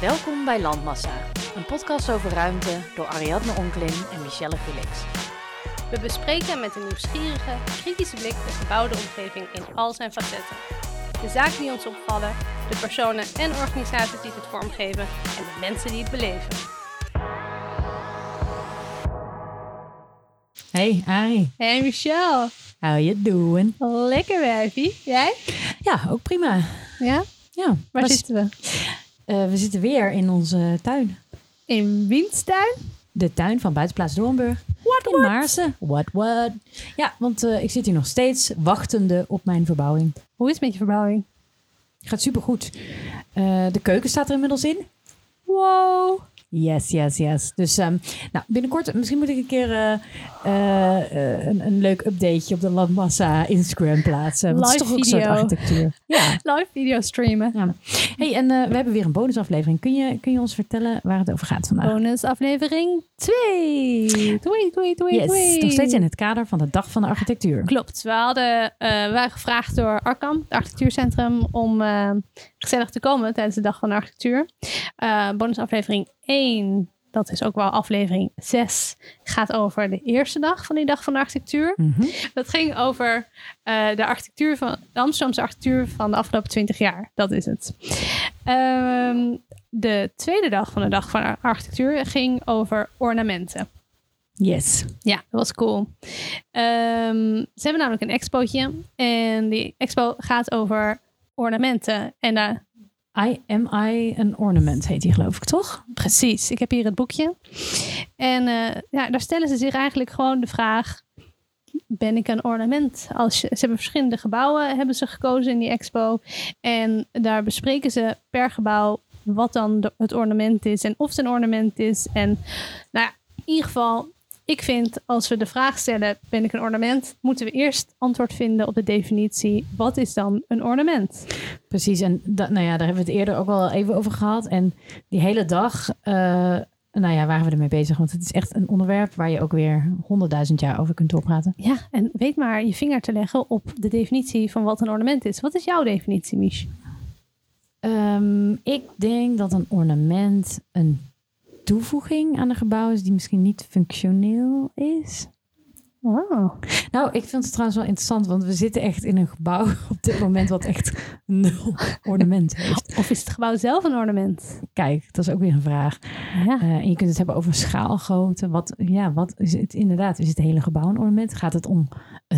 Welkom bij Landmassa, een podcast over ruimte door Ariadne Onklin en Michelle Felix. We bespreken met een nieuwsgierige, kritische blik de gebouwde omgeving in al zijn facetten. De zaken die ons opvallen, de personen en organisaties die het vormgeven en de mensen die het beleven. Hey Ari. Hey Michelle. How you doing? Lekker wijfie. Jij? Ja, ook prima. Ja? Ja. Waar zitten we? We zitten weer in onze tuin. In wiens tuin? De tuin van Buitenplaats Doornburg. In Maarsen. What? Ja, want ik zit hier nog steeds wachtende op mijn verbouwing. Hoe is het met je verbouwing? Gaat supergoed. De keuken staat er inmiddels in. Wow. Yes. Dus binnenkort, misschien moet ik een keer een leuk updateje op de Landmassa Instagram plaatsen. Want het is toch ook een soort architectuur. Ja. Live video streamen. Ja. Hey, en we hebben weer een bonusaflevering. Kun je ons vertellen waar het over gaat vandaag? Bonusaflevering 2. Yes, nog steeds in het kader van de Dag van de Architectuur. Klopt. We waren gevraagd door Arkham, het architectuurcentrum, om gezellig te komen tijdens de Dag van de Architectuur. Bonusaflevering 1, dat is ook wel aflevering 6, gaat over de eerste dag van die Dag van de Architectuur. Mm-hmm. Dat ging over de Amsterdamse architectuur van de afgelopen 20 jaar. Dat is het. De tweede dag van de Dag van de Architectuur ging over ornamenten. Yes. Ja, dat was cool. Ze hebben namelijk een expootje. En die expo gaat over ornamenten. En Am I an Ornament heet die, geloof ik, toch? Precies. Ik heb hier het boekje. En daar stellen ze zich eigenlijk gewoon de vraag: ben ik een ornament? Ze hebben verschillende gebouwen hebben ze gekozen in die expo. En daar bespreken ze per gebouw wat dan het ornament is. En of het een ornament is. En in ieder geval, ik vind, als we de vraag stellen, ben ik een ornament? Moeten we eerst antwoord vinden op de definitie. Wat is dan een ornament? Precies, en daar hebben we het eerder ook al even over gehad. En die hele dag waren we ermee bezig. Want het is echt een onderwerp waar je ook weer 100.000 jaar over kunt doorpraten. Ja, en weet maar je vinger te leggen op de definitie van wat een ornament is. Wat is jouw definitie, Mich? Ik denk dat een ornament een toevoeging aan een gebouw is die misschien niet functioneel is. Wow. Nou, ik vind het trouwens wel interessant, want we zitten echt in een gebouw op dit moment wat echt 0 ornament heeft. Of is het gebouw zelf een ornament? Kijk, dat is ook weer een vraag. Ja. En je kunt het hebben over schaalgrootte. Wat is het inderdaad? Is het hele gebouw een ornament? Gaat het om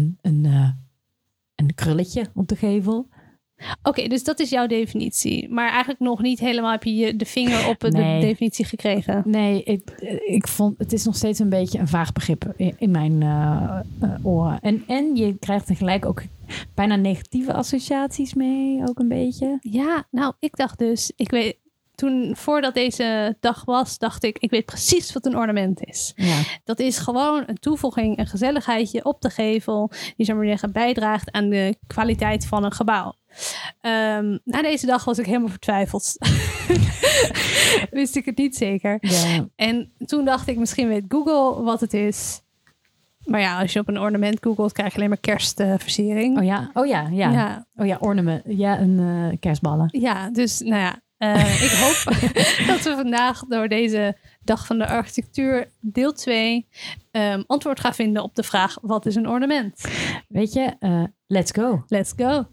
een krulletje op de gevel? Oké, dus dat is jouw definitie. Maar eigenlijk nog niet helemaal heb je de vinger op de definitie gekregen. Nee, ik vond het is nog steeds een beetje een vaag begrip in mijn oren. En je krijgt tegelijk ook bijna negatieve associaties mee, ook een beetje. Ja, nou, ik dacht dus, voordat deze dag was, dacht ik weet precies wat een ornament is. Ja. Dat is gewoon een toevoeging, een gezelligheidje op de gevel, die zou maar zeggen bijdraagt aan de kwaliteit van een gebouw. Na deze dag was ik helemaal vertwijfeld. Wist ik het niet zeker. Ja. En toen dacht ik, misschien weet Google wat het is. Maar ja, als je op een ornament googelt, krijg je alleen maar kerstversiering. Oh ja. Oh ja, ornament. Ja, een kerstballen. Ja, dus ik hoop dat we vandaag door deze Dag van de Architectuur deel 2 antwoord gaan vinden op de vraag: wat is een ornament? Weet je, let's go. Let's go.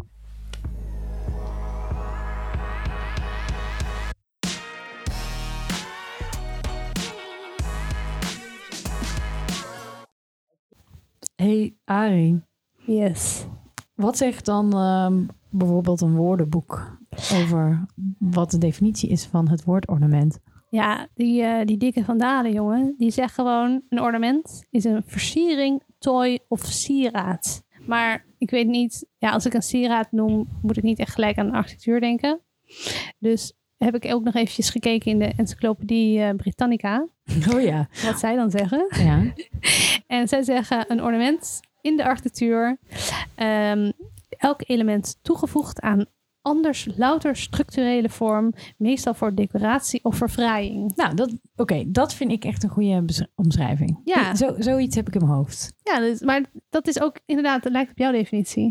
Hey, Ari. Yes. Wat zegt dan bijvoorbeeld een woordenboek over wat de definitie is van het woord ornament? Ja, die dikke Van Dalen, jongen, die zegt gewoon: een ornament is een versiering, tooi of sieraad. Maar ik weet niet, als ik een sieraad noem, moet ik niet echt gelijk aan de architectuur denken. Dus heb ik ook nog eventjes gekeken in de Encyclopedie Britannica. Oh ja. Wat zij dan zeggen. Ja. En zij zeggen een ornament in de architectuur. Elk element toegevoegd aan anders louter structurele vorm. Meestal voor decoratie of verfraaiing. Nou, dat vind ik echt een goede omschrijving. Ja. Zoiets heb ik in mijn hoofd. Ja, maar dat is ook inderdaad, het lijkt op jouw definitie.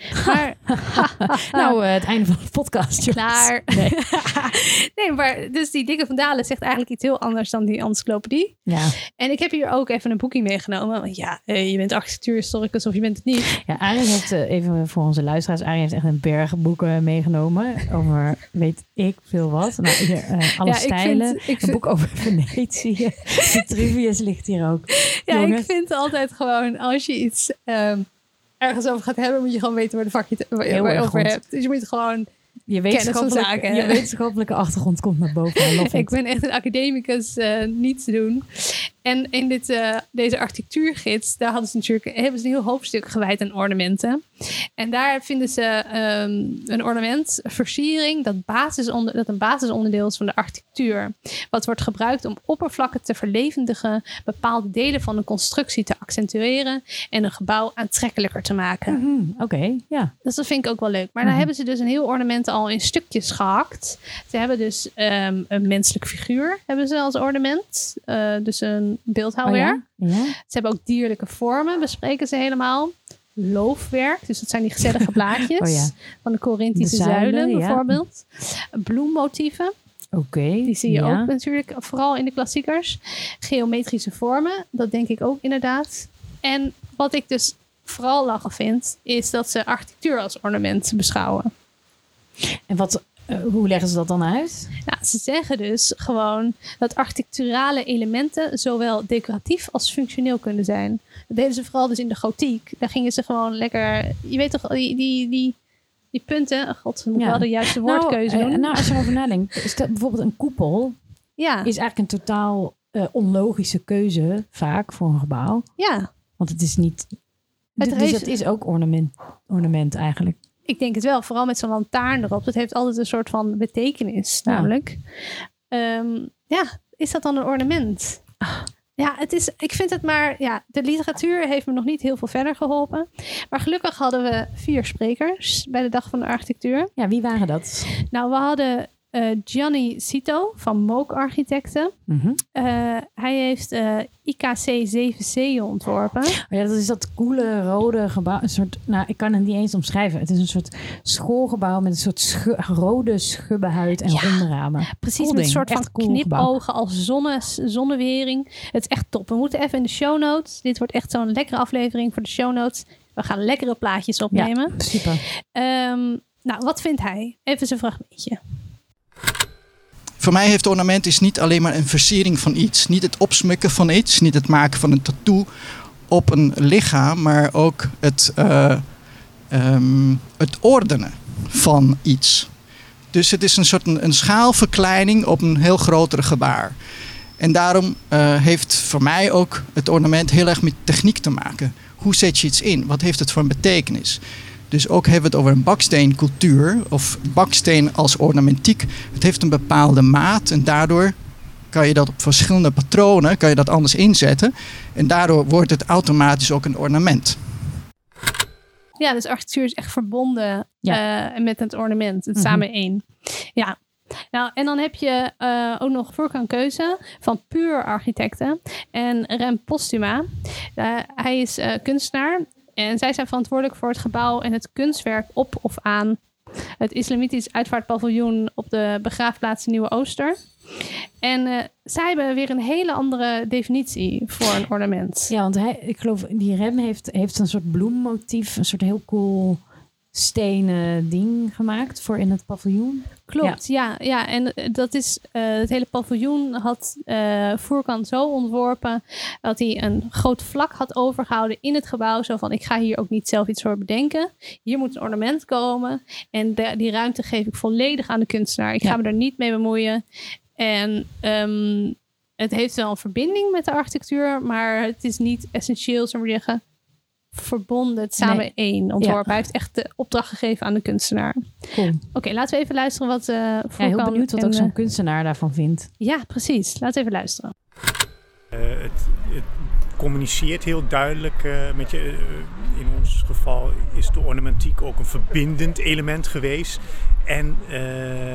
Maar, Nou, het einde van de podcast. jongens. klaar. Nee. Nee, maar dus die Dikke van Dalen zegt eigenlijk iets heel anders dan die encyclopedie. Ja. En ik heb hier ook even een boekje meegenomen. Want ja, je bent architectuurhistoricus of je bent het niet. Ja, Arie heeft, even voor onze luisteraars, Arie heeft echt een berg boeken meegenomen over weet ik veel wat. Nou, hier, alle Ja, stijlen. ik vind- Een boek over Venetië. Vitruvius ligt hier ook. Ja, Jongens. ik vind altijd gewoon, als je iets ergens over gaat hebben, moet je gewoon weten waar de vak je Heel erg over goed. hebt. Dus je moet gewoon... Je zaken. je wetenschappelijke achtergrond komt naar boven. I love it. Ik ben echt een academicus, niet te doen. En in deze architectuurgids, daar hebben ze een heel hoofdstuk gewijd aan ornamenten. En daar vinden ze een ornament, versiering, dat een basisonderdeel is van de architectuur. Wat wordt gebruikt om oppervlakken te verlevendigen, bepaalde delen van een constructie te accentueren en een gebouw aantrekkelijker te maken. Oké, ja. Dus dat vind ik ook wel leuk. Maar dan hebben ze dus een heel ornament al in stukjes gehakt. Ze hebben dus een menselijk figuur hebben ze als ornament. Dus een beeldhouwwerk. Oh, ja? Ja? Ze hebben ook dierlijke vormen, bespreken ze helemaal. Loofwerk, dus dat zijn die gezellige blaadjes. Oh, ja. Van de Corinthische De zuilen, zuilen ja. bijvoorbeeld. Bloemmotieven, Oké. die zie je ja. ook natuurlijk vooral in de klassiekers. Geometrische vormen, dat denk ik ook inderdaad. En wat ik dus vooral lachen vind, is dat ze architectuur als ornament beschouwen. En hoe leggen ze dat dan uit? Nou, ze zeggen dus gewoon dat architecturale elementen zowel decoratief als functioneel kunnen zijn. Dat deden ze vooral dus in de gotiek. Daar gingen ze gewoon lekker... Je weet toch, die punten... Oh God, moet ik wel de juiste woordkeuze doen. Nou, als je erover nadenkt. Stel, bijvoorbeeld een koepel Ja, is eigenlijk een totaal onlogische keuze vaak voor een gebouw. ja, Want het is niet... Het Dus heeft- het is ook ornament eigenlijk. ik denk het wel. Vooral met zo'n lantaarn erop. Dat heeft altijd een soort van betekenis, Ja. namelijk. Is dat dan een ornament? Ja, ik vind het maar... Ja, de literatuur heeft me nog niet heel veel verder geholpen. Maar gelukkig hadden we 4 sprekers bij de Dag van de Architectuur. Ja, wie waren dat? Nou, we hadden Gianni Cito van Moog Architecten. Hij heeft IKC 7C ontworpen. Oh ja, dat is dat coole rode gebouw. Een soort, nou, ik kan het niet eens omschrijven. Het is een soort schoolgebouw met een soort rode schubbenhuid en ronde ramen. Precies, Cool met een ding. soort van Echt cool gebouw. knipogen als zonnewering. Het is echt top. We moeten even in de show notes. Dit wordt echt zo'n lekkere aflevering voor de show notes. We gaan lekkere plaatjes opnemen. Ja, super. Nou, wat vindt hij? Even zijn fragmentje. Voor mij heeft ornament is niet alleen maar een versiering van iets. Niet het opsmukken van iets. Niet het maken van een tattoo op een lichaam. Maar ook het ordenen van iets. Dus het is een soort een schaalverkleining op een heel grotere gebaar. En daarom heeft voor mij ook het ornament heel erg met techniek te maken. Hoe zet je iets in? Wat heeft het voor een betekenis? Dus ook hebben we het over een baksteencultuur of baksteen als ornamentiek. Het heeft een bepaalde maat en daardoor kan je dat op verschillende patronen kan je dat anders inzetten. En daardoor wordt het automatisch ook een ornament. Ja, dus architectuur is echt verbonden met het ornament. Het samen één. Ja. Nou, en dan heb je ook nog Furkan Keuze van Puur Architecten en Rem Postuma. Hij is kunstenaar en zij zijn verantwoordelijk voor het gebouw en het kunstwerk op of aan het Islamitisch uitvaartpaviljoen op de begraafplaats Nieuwe Ooster. En zij hebben weer een hele andere definitie voor een ornament. Ja, want ik geloof, die Rem heeft een soort bloemmotief, een soort heel cool stenen ding gemaakt voor in het paviljoen. Klopt, ja. En dat is het hele paviljoen had Furkan zo ontworpen dat hij een groot vlak had overgehouden in het gebouw. Zo van, ik ga hier ook niet zelf iets voor bedenken. Hier moet een ornament komen. En die ruimte geef ik volledig aan de kunstenaar. Ik ga me er niet mee bemoeien. En het heeft wel een verbinding met de architectuur, maar het is niet essentieel, zou ik maar zeggen, verbonden, het samen één ontworpen. Hij heeft echt de opdracht gegeven aan de kunstenaar. Cool. Oké, laten we even luisteren wat Furkan... Heel benieuwd wat ook zo'n kunstenaar daarvan vindt. Ja, precies. Laten we even luisteren. Het communiceert heel duidelijk met je. In ons geval is de ornamentiek ook een verbindend element geweest. En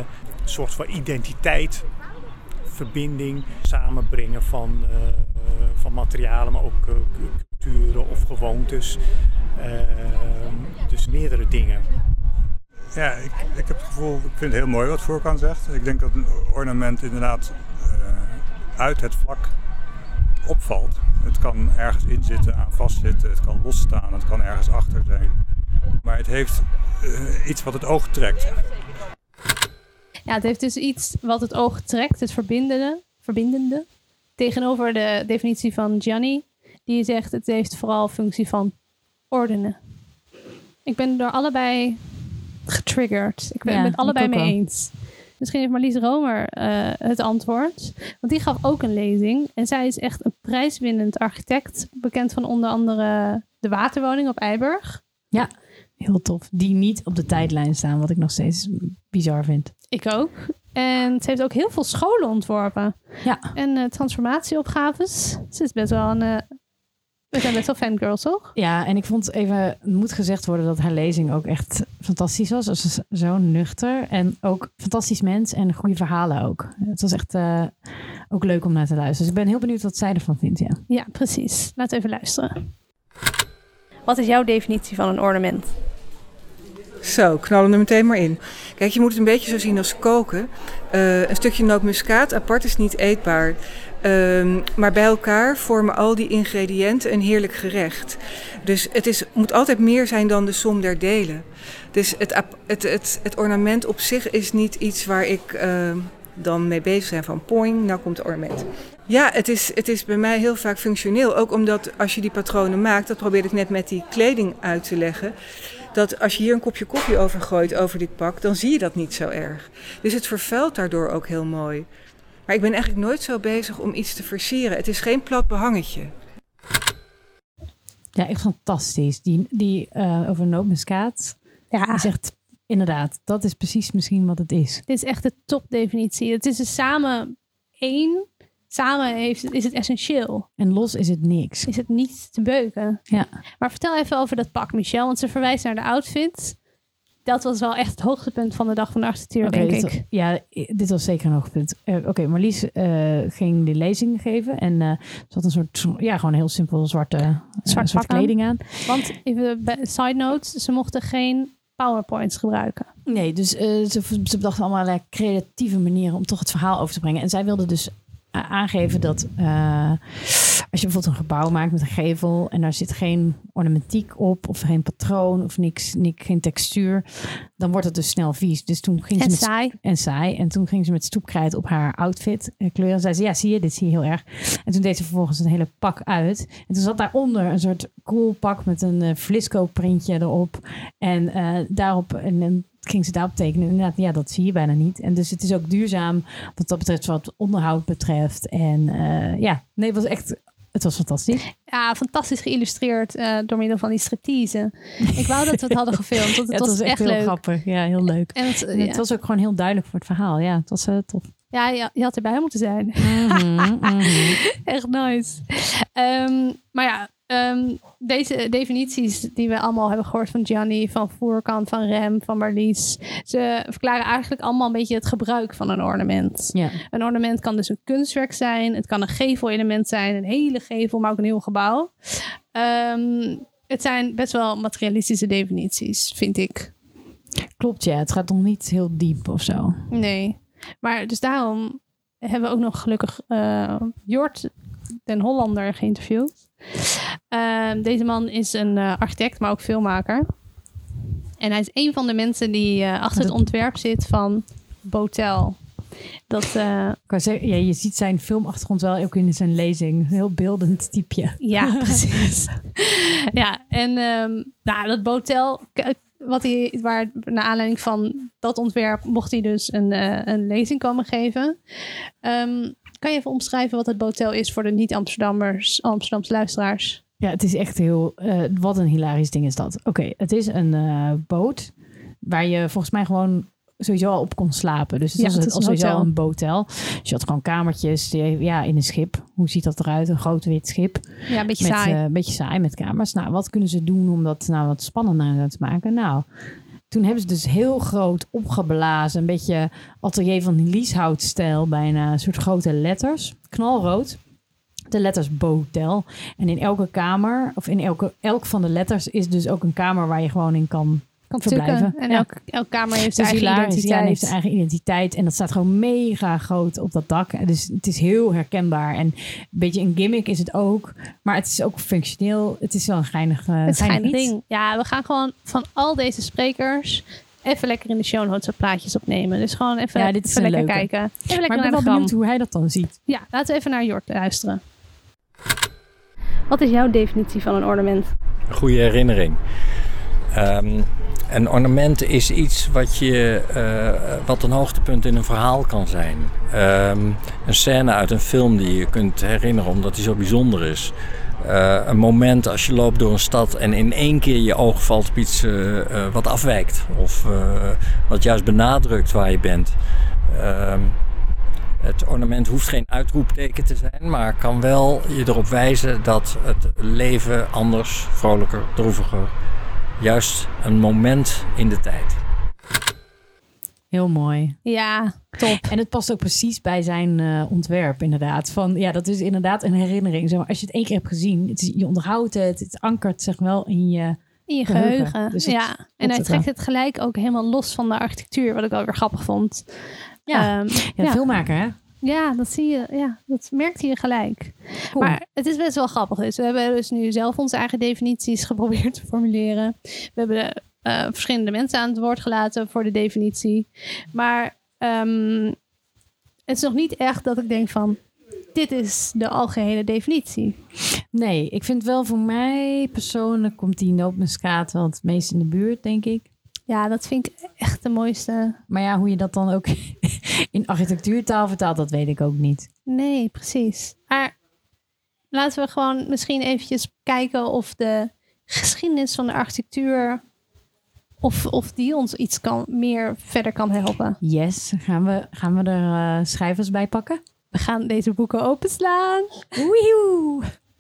zorgt voor identiteit, verbinding, samenbrengen van van materialen, maar ook culturen of gewoontes. Dus meerdere dingen. Ja, ik heb het gevoel, ik vind het heel mooi wat Furkan zegt. Ik denk dat een ornament inderdaad uit het vlak opvalt. Het kan ergens in zitten, aan vastzitten, het kan losstaan, het kan ergens achter zijn. Maar het heeft iets wat het oog trekt. Ja, het heeft dus iets wat het oog trekt, het verbindende. Tegenover de definitie van Gianni, die zegt het heeft vooral functie van ordenen. Ik ben door allebei getriggerd. Ik ben het allebei mee eens. Misschien heeft Marlies Romer het antwoord. Want die gaf ook een lezing. En zij is echt een prijswinnend architect. Bekend van onder andere de Waterwoning op Eiburg. Ja, heel tof. Die niet op de tijdlijn staan, wat ik nog steeds bizar vind. Ik ook. En ze heeft ook heel veel scholen ontworpen. Ja. En transformatieopgaves. Ze is best wel we zijn best wel fangirls, toch? Ja, en ik vond even, het moet gezegd worden dat haar lezing ook echt fantastisch was. Ze was zo nuchter en ook fantastisch mens en goede verhalen ook. Het was echt ook leuk om naar te luisteren. Dus ik ben heel benieuwd wat zij ervan vindt, ja. Ja, precies. Laten we even luisteren. Wat is jouw definitie van een ornament? Zo, knal hem er meteen maar in. Kijk, je moet het een beetje zo zien als koken. Een stukje nootmuskaat apart is niet eetbaar. Maar bij elkaar vormen al die ingrediënten een heerlijk gerecht. Dus het moet altijd meer zijn dan de som der delen. Dus het ornament op zich is niet iets waar ik dan mee bezig ben van poing, nou komt het ornament. Ja, het is bij mij heel vaak functioneel. Ook omdat als je die patronen maakt, dat probeerde ik net met die kleding uit te leggen, dat als je hier een kopje koffie over gooit over dit pak, dan zie je dat niet zo erg. Dus het vervuilt daardoor ook heel mooi. Maar ik ben eigenlijk nooit zo bezig om iets te versieren. Het is geen plat behangetje. Ja, echt fantastisch. Die over nootmuskaat. Ja, is echt, inderdaad, dat is precies misschien wat het is. Dit is echt de topdefinitie. Het is dus samen één. Samen is het essentieel. En los is het niks. Is het niet te beuken. Ja. Maar vertel even over dat pak, Michelle. Want ze verwijst naar de outfit. Dat was wel echt het hoogtepunt van de dag van de architectuur, denk ik. Dit was zeker een hoogtepunt. Oké, Marlies ging de lezing geven. En ze had een soort, gewoon heel simpel zwart kleding aan. Want, even side note, ze mochten geen PowerPoints gebruiken. Nee, dus ze bedachten allemaal creatieve manieren om toch het verhaal over te brengen. En zij wilde dus aangeven dat als je bijvoorbeeld een gebouw maakt met een gevel en daar zit geen ornamentiek op of geen patroon of geen textuur, dan wordt het dus snel vies. Dus toen ging ze saai. En toen ging ze met stoepkrijt op haar outfit kleuren. En zei ze, ja, zie je, dit zie je heel erg. En toen deed ze vervolgens een hele pak uit. En toen zat daaronder een soort cool pak met een Flisco printje erop. En daarop ging ze daarop tekenen. Inderdaad, ja, dat zie je bijna niet. En dus het is ook duurzaam wat dat betreft, wat onderhoud betreft. En het was fantastisch. Ja, fantastisch geïllustreerd door middel van die striptease. Ik wou dat we het hadden gefilmd, want het was echt leuk. Heel grappig. Ja, heel leuk. En het was ook gewoon heel duidelijk voor het verhaal. Ja, het was tof. Ja, je had erbij moeten zijn. Echt nice. Maar ja, deze definities die we allemaal hebben gehoord van Gianni, van Furkan, van Rem, van Marlies, ze verklaren eigenlijk allemaal een beetje het gebruik van een ornament. Ja. Een ornament kan dus een kunstwerk zijn, het kan een gevelelement zijn, een hele gevel, maar ook een heel gebouw. Het zijn best wel materialistische definities, vind ik. Klopt, ja. Het gaat nog niet heel diep of zo. Nee. Maar dus daarom hebben we ook nog gelukkig Jort den Hollander geïnterviewd. Deze man is een architect, maar ook filmmaker. En hij is een van de mensen die achter het ontwerp zit van Botel. Je ziet zijn filmachtergrond wel ook in zijn lezing. Een heel beeldend typeje. Ja, precies. Ja, en dat Botel, naar aanleiding van dat ontwerp mocht hij dus een lezing komen geven. Kan je even omschrijven wat het Botel is voor de niet-Amsterdamse luisteraars? Ja, het is echt heel... wat een hilarisch ding is dat. Oké, het is een boot waar je volgens mij gewoon sowieso al op kon slapen. Dus het was sowieso een botel. Dus je had gewoon kamertjes in een schip. Hoe ziet dat eruit? Een groot wit schip. Ja, een beetje saai. Een beetje saai met kamers. Nou, wat kunnen ze doen om dat wat spannender te maken? Nou, toen hebben ze dus heel groot opgeblazen. Een beetje Atelier van Lieshout-stijl bijna. Een soort grote letters. Knalrood. de letters Botel. En in elke kamer, of in elk van de letters is dus ook een kamer waar je gewoon in kan verblijven. En Ja. elke kamer heeft Dus zijn eigen identiteit. Ja, heeft zijn eigen identiteit. En dat staat gewoon mega groot op dat dak. Dus het is heel herkenbaar. En een beetje een gimmick is het ook. Maar het is ook functioneel. Het is wel een geinig ding. Ja, we gaan gewoon van al deze sprekers even lekker in de show notes wat plaatjes opnemen. Dus gewoon even, dit is even lekker leuke. kijken. Even Maar lekker ik ben naar wel de gram. benieuwd hoe hij dat dan ziet. Ja, laten we even naar Jort luisteren. Wat is jouw definitie van een ornament? Een goede herinnering. Een ornament is iets wat een hoogtepunt in een verhaal kan zijn. Een scène uit een film die je kunt herinneren omdat die zo bijzonder is. Een moment als je loopt door een stad en in één keer je oog valt op iets wat afwijkt. Of wat juist benadrukt waar je bent. Het ornament hoeft geen uitroepteken te zijn, maar kan wel je erop wijzen dat het leven anders, vrolijker, droeviger, juist een moment in de tijd. Heel mooi. Ja, top. En het past ook precies bij zijn ontwerp inderdaad. Dat is inderdaad een herinnering. Zeg maar, als je het één keer hebt gezien, je onderhoudt het ankert zich wel in je geheugen. Dus ja, en hij trekt het gelijk ook helemaal los van de architectuur, wat ik wel weer grappig vond. Filmmaker hè? Ja, dat zie je. Ja, dat merkte je gelijk. Cool. Maar het is best wel grappig. Dus we hebben dus nu zelf onze eigen definities geprobeerd te formuleren. We hebben verschillende mensen aan het woord gelaten voor de definitie. Maar het is nog niet echt dat ik denk van, dit is de algehele definitie. Nee, ik vind wel voor mij persoonlijk komt die nootmuskaat wel het meest in de buurt, denk ik. Ja, dat vind ik echt de mooiste. Maar ja, hoe je dat dan ook in architectuurtaal vertaalt, dat weet ik ook niet. Nee, precies. Maar laten we gewoon misschien eventjes kijken of de geschiedenis van de architectuur, of die ons iets meer verder kan helpen. Yes, gaan we er schrijvers bij pakken? We gaan deze boeken openslaan. Woehoe!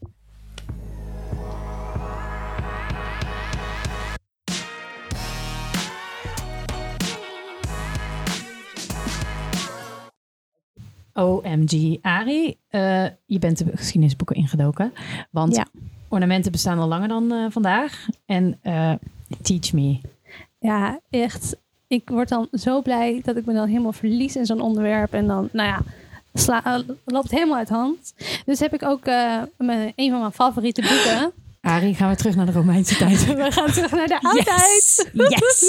OMG, Arie, je bent de geschiedenisboeken ingedoken. Want ornamenten bestaan al langer dan vandaag. En teach me. Ja, echt. Ik word dan zo blij dat ik me dan helemaal verlies in zo'n onderwerp. En dan, loopt het helemaal uit hand. Dus heb ik ook een van mijn favoriete boeken. Arie, gaan we terug naar de Romeinse tijd. We gaan terug naar de oudheid. Yes!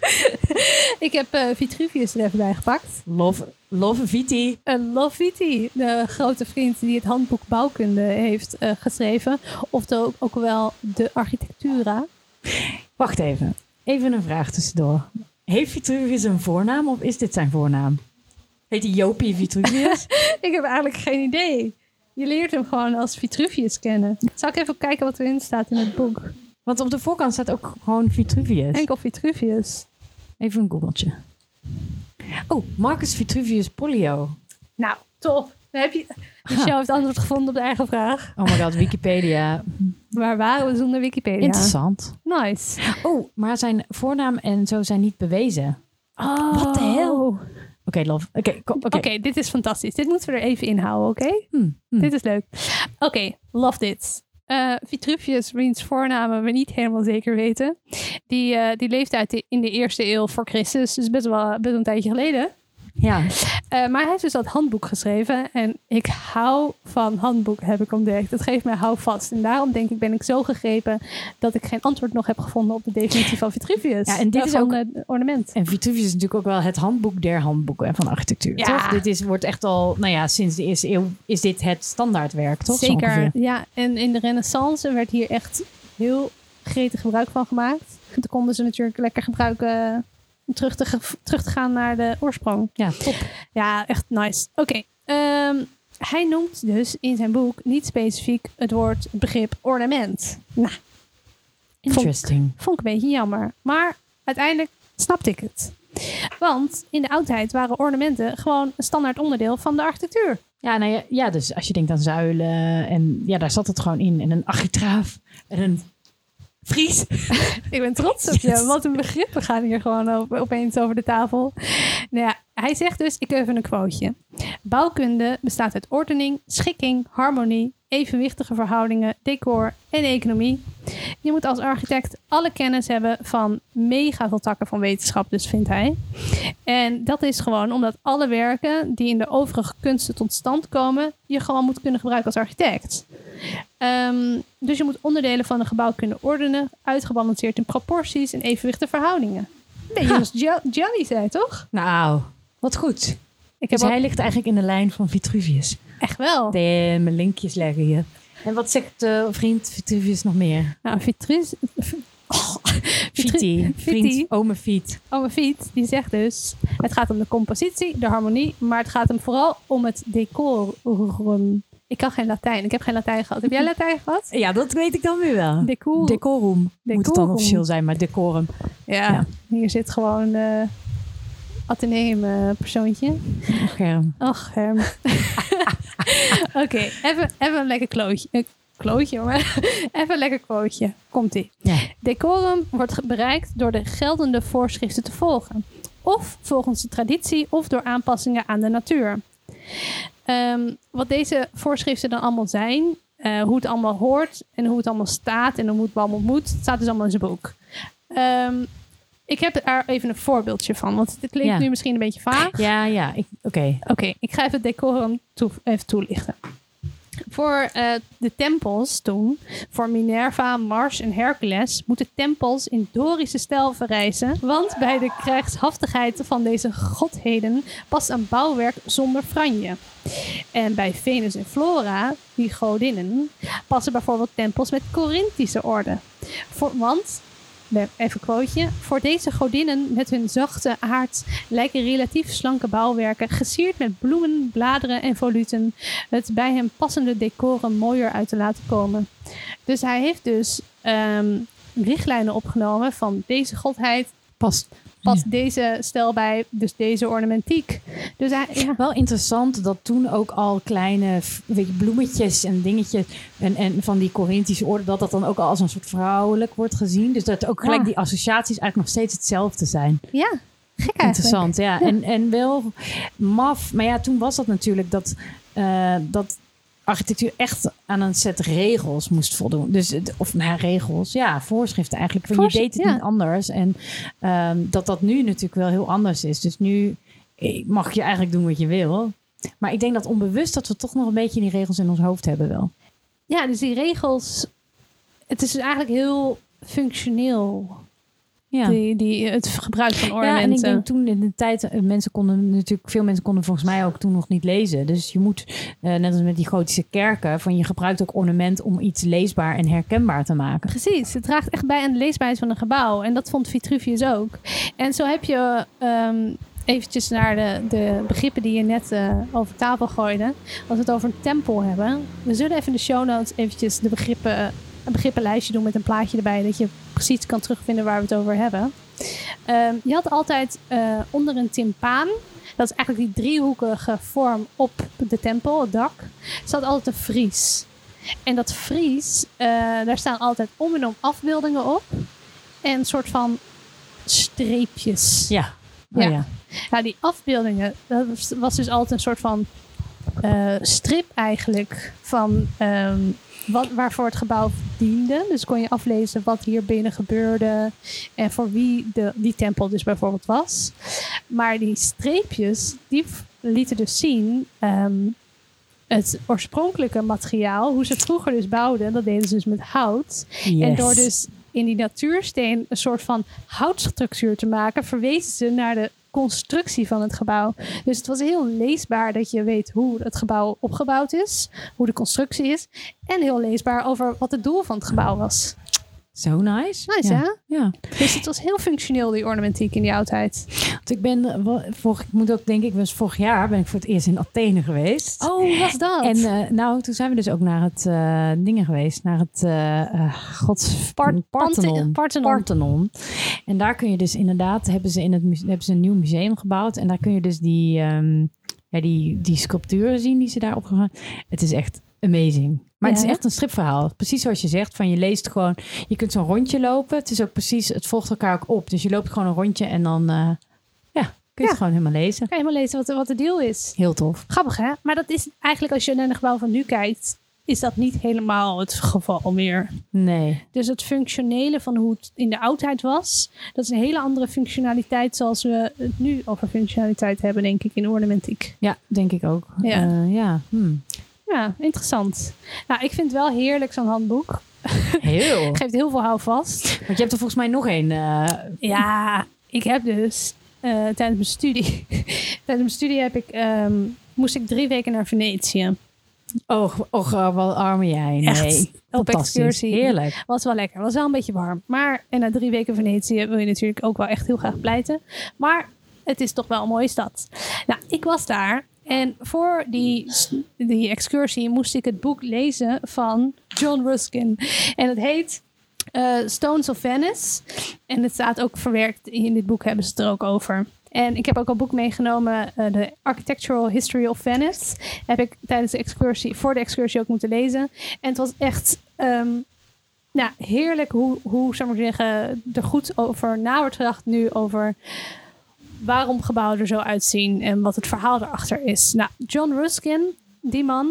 Ik heb Vitruvius er even bij gepakt. Love Viti. Love Viti, de grote vriend die het handboek bouwkunde heeft geschreven. Of ook wel de Architectura. Wacht even. Even een vraag tussendoor. Heeft Vitruvius een voornaam of is dit zijn voornaam? Heet hij Jopie Vitruvius? Ik heb eigenlijk geen idee. Je leert hem gewoon als Vitruvius kennen. Zal ik even kijken wat erin staat in het boek? Want op de voorkant staat ook gewoon Vitruvius. Enkel Vitruvius. Even een googeltje. Oh, Marcus Vitruvius Pollio. Nou, top. Dan heb je Michel heeft antwoord gevonden op de eigen vraag. Oh my god, Wikipedia. Waar waren we zonder Wikipedia? Interessant. Nice. Oh, maar zijn voornaam en zo zijn niet bewezen. Oh. Wat de hel? Oké, love. Oké, dit is fantastisch. Dit moeten we er even inhouden, oké? Dit is leuk. Oké, love dit. Vitruvius, wiens voornamen we niet helemaal zeker weten. Die leeft in de 1e eeuw voor Christus. Dus best wel een tijdje geleden. Ja. Maar hij heeft dus dat handboek geschreven. En ik hou van handboek, heb ik ontdekt. Dat geeft mij houvast. En daarom ben ik zo gegrepen dat ik geen antwoord nog heb gevonden op de definitie van Vitruvius. Ja, en dit is ook een ornament. En Vitruvius is natuurlijk ook wel het handboek der handboeken van architectuur. Ja. Toch? Wordt echt al, sinds de 1e eeuw is dit het standaardwerk, toch? Zeker, ja. En in de Renaissance werd hier echt heel gretig gebruik van gemaakt. Toen konden ze natuurlijk lekker gebruiken om terug te gaan naar de oorsprong. Ja, top. Ja, echt nice. Oké. Hij noemt dus in zijn boek niet specifiek het begrip ornament. Nou, interesting. Vond ik een beetje jammer. Maar uiteindelijk snapte ik het. Want in de oudheid waren ornamenten gewoon een standaard onderdeel van de architectuur. Ja, dus als je denkt aan zuilen en daar zat het gewoon in. En een architraaf en een Fries. Ik ben trots op je. Wat een begrip. We gaan hier gewoon opeens over de tafel. Nou ja, hij zegt dus, ik even een quoteje. Bouwkunde bestaat uit ordening, schikking, harmonie, evenwichtige verhoudingen, decor en economie. Je moet als architect alle kennis hebben van mega veel takken van wetenschap, dus vindt hij. En dat is gewoon omdat alle werken die in de overige kunsten tot stand komen, je gewoon moet kunnen gebruiken als architect. Dus je moet onderdelen van een gebouw kunnen ordenen, uitgebalanceerd in proporties en evenwichtige verhoudingen. Beetje zoals Gianni zei, toch? Nou, wat goed. Ik heb Hij ligt eigenlijk in de lijn van Vitruvius. echt wel. Mijn linkjes leggen hier. En wat zegt vriend Vitruvius nog meer? Nou, Viti. Vriend, ome Viet. Ome Viet, die zegt dus, het gaat om de compositie, de harmonie, maar het gaat hem vooral om het decorum. Ik kan geen Latijn. Ik heb geen Latijn gehad. Heb jij Latijn gehad? Ja, dat weet ik dan weer wel. Decorum. Moet het dan officieel zijn, maar decorum. Ja. Hier zit gewoon Atheneum persoontje. Och, Germ. Oké, even een lekker klootje, maar even een lekker quoteje. Komt-ie. Ja. Decorum wordt bereikt door de geldende voorschriften te volgen. Of volgens de traditie of door aanpassingen aan de natuur. Wat deze voorschriften dan allemaal zijn, hoe het allemaal hoort en hoe het allemaal staat en hoe het allemaal moet, staat dus allemaal in zijn boek. Ik heb er even een voorbeeldje van, want het klinkt nu misschien een beetje vaag. Ja. Oké, ik ga even het decorum even toelichten. Voor de tempels toen, voor Minerva, Mars en Hercules, moeten tempels in Dorische stijl verrijzen. Want bij de krijgshaftigheid van deze godheden past een bouwwerk zonder franje. En bij Venus en Flora, die godinnen, passen bijvoorbeeld tempels met Corinthische orde. Even quoteje. Voor deze godinnen met hun zachte aard lijken relatief slanke bouwwerken gesierd met bloemen, bladeren en voluten het bij hem passende decorum mooier uit te laten komen. Dus hij heeft dus richtlijnen opgenomen van deze godheid past deze stijl bij, dus deze ornamentiek. Dus wel interessant dat toen ook al kleine bloemetjes en dingetjes en van die Corinthische orde, dat dan ook al als een soort vrouwelijk wordt gezien. Dus dat ook gelijk die associaties eigenlijk nog steeds hetzelfde zijn. Ja, gek eigenlijk. Interessant, ja. En wel maf. Maar ja, toen was dat natuurlijk dat architectuur echt aan een set regels moest voldoen. Dus, regels, voorschriften eigenlijk. Je deed het niet anders. En dat nu natuurlijk wel heel anders is. Dus nu mag je eigenlijk doen wat je wil. Maar ik denk dat onbewust dat we toch nog een beetje die regels in ons hoofd hebben wel. Ja, dus die regels, het is dus eigenlijk heel functioneel. Ja. Het gebruik van ornamenten. Ja, en ik denk toen in de tijd, veel mensen konden volgens mij ook toen nog niet lezen. Dus je moet, net als met die gotische kerken, je gebruikt ook ornament om iets leesbaar en herkenbaar te maken. Precies, het draagt echt bij aan de leesbaarheid van een gebouw. En dat vond Vitruvius ook. En zo heb je eventjes naar de begrippen die je net over tafel gooide. Als we het over een tempel hebben. We zullen even in de show notes eventjes de begrippenlijstje doen met een plaatje erbij, dat je precies kan terugvinden waar we het over hebben. Je had altijd onder een timpaan, dat is eigenlijk die driehoekige vorm op de tempel, het dak, zat altijd een fries. En dat fries, daar staan altijd om en om afbeeldingen op en een soort van streepjes. Ja. Nou, die afbeeldingen, dat was dus altijd een soort van strip eigenlijk van waarvoor het gebouw diende. Dus kon je aflezen wat hier binnen gebeurde en voor wie die tempel dus bijvoorbeeld was. Maar die streepjes, die lieten dus zien het oorspronkelijke materiaal, hoe ze vroeger dus bouwden. Dat deden ze dus met hout. Yes. En door dus in die natuursteen een soort van houtstructuur te maken, verwezen ze naar de constructie van het gebouw. Dus het was heel leesbaar dat je weet hoe het gebouw opgebouwd is, hoe de constructie is, en heel leesbaar over wat het doel van het gebouw was. Zo nice. Nice, hè? Ja. Dus het was heel functioneel, die ornamentiek in die oudheid. Want ik was vorig jaar ben ik voor het eerst in Athene geweest. Oh, hoe was dat? En toen zijn we dus ook naar het dingen geweest, naar het Parthenon. En daar kun je dus inderdaad, hebben ze een nieuw museum gebouwd. En daar kun je dus die sculpturen zien die ze daar opgegaan. Het is echt amazing. Maar het is echt een stripverhaal. Precies zoals je zegt. Je leest gewoon. Je kunt zo'n rondje lopen. Het is ook precies. Het volgt elkaar ook op. Dus je loopt gewoon een rondje en dan. Kun je het gewoon helemaal lezen. Kan je helemaal lezen wat de deal is. Heel tof. Grappig, hè? Maar dat is eigenlijk, als je naar de gebouw van nu kijkt, is dat niet helemaal het geval meer. Nee. Dus het functionele van hoe het in de oudheid was, dat is een hele andere functionaliteit zoals we het nu over functionaliteit hebben, denk ik, in ornamentiek. Ja, denk ik ook. Ja. Ja, interessant. Nou, ik vind het wel heerlijk, zo'n handboek. Heel. Geeft heel veel houvast. Want je hebt er volgens mij nog één. Ja, ik heb dus tijdens mijn studie moest ik 3 weken naar Venetië. Wat arme jij. Nee. Echt, op excursie. Heerlijk. Was wel lekker. Was wel een beetje warm. En na 3 weken Venetië wil je natuurlijk ook wel echt heel graag pleiten. Maar het is toch wel een mooie stad. Nou, ik was daar. En voor die excursie moest ik het boek lezen van John Ruskin. En het heet Stones of Venice. En het staat ook verwerkt in dit boek, hebben ze het er ook over. En ik heb ook een boek meegenomen, The Architectural History of Venice. Heb ik voor de excursie ook moeten lezen. En het was echt heerlijk hoe zou ik maar zeggen, er goed over na wordt gedacht nu over waarom gebouwen er zo uitzien en wat het verhaal erachter is. Nou, John Ruskin, die man,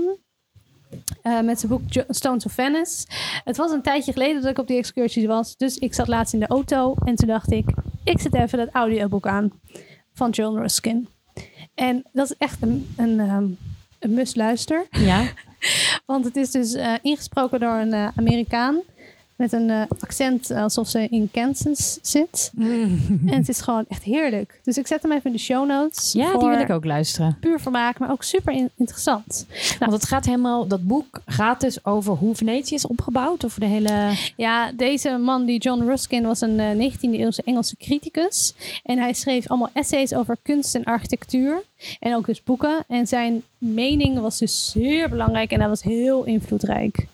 met zijn boek Stones of Venice. Het was een tijdje geleden dat ik op die excursie was. Dus ik zat laatst in de auto en toen dacht ik zet even dat audioboek aan van John Ruskin. En dat is echt een must-luister. Ja. Want het is dus ingesproken door een Amerikaan met een accent alsof ze in Kansas zit. En het is gewoon echt heerlijk. Dus ik zet hem even in de show notes. Ja, die wil ik ook luisteren. Puur vermaak, maar ook super interessant. Want het gaat dat boek gaat dus over hoe Venetië is opgebouwd? Of de hele... Ja, deze man, die John Ruskin, was een 19e eeuwse Engelse criticus. En hij schreef allemaal essays over kunst en architectuur. En ook dus boeken. En zijn mening was dus zeer belangrijk en hij was heel invloedrijk.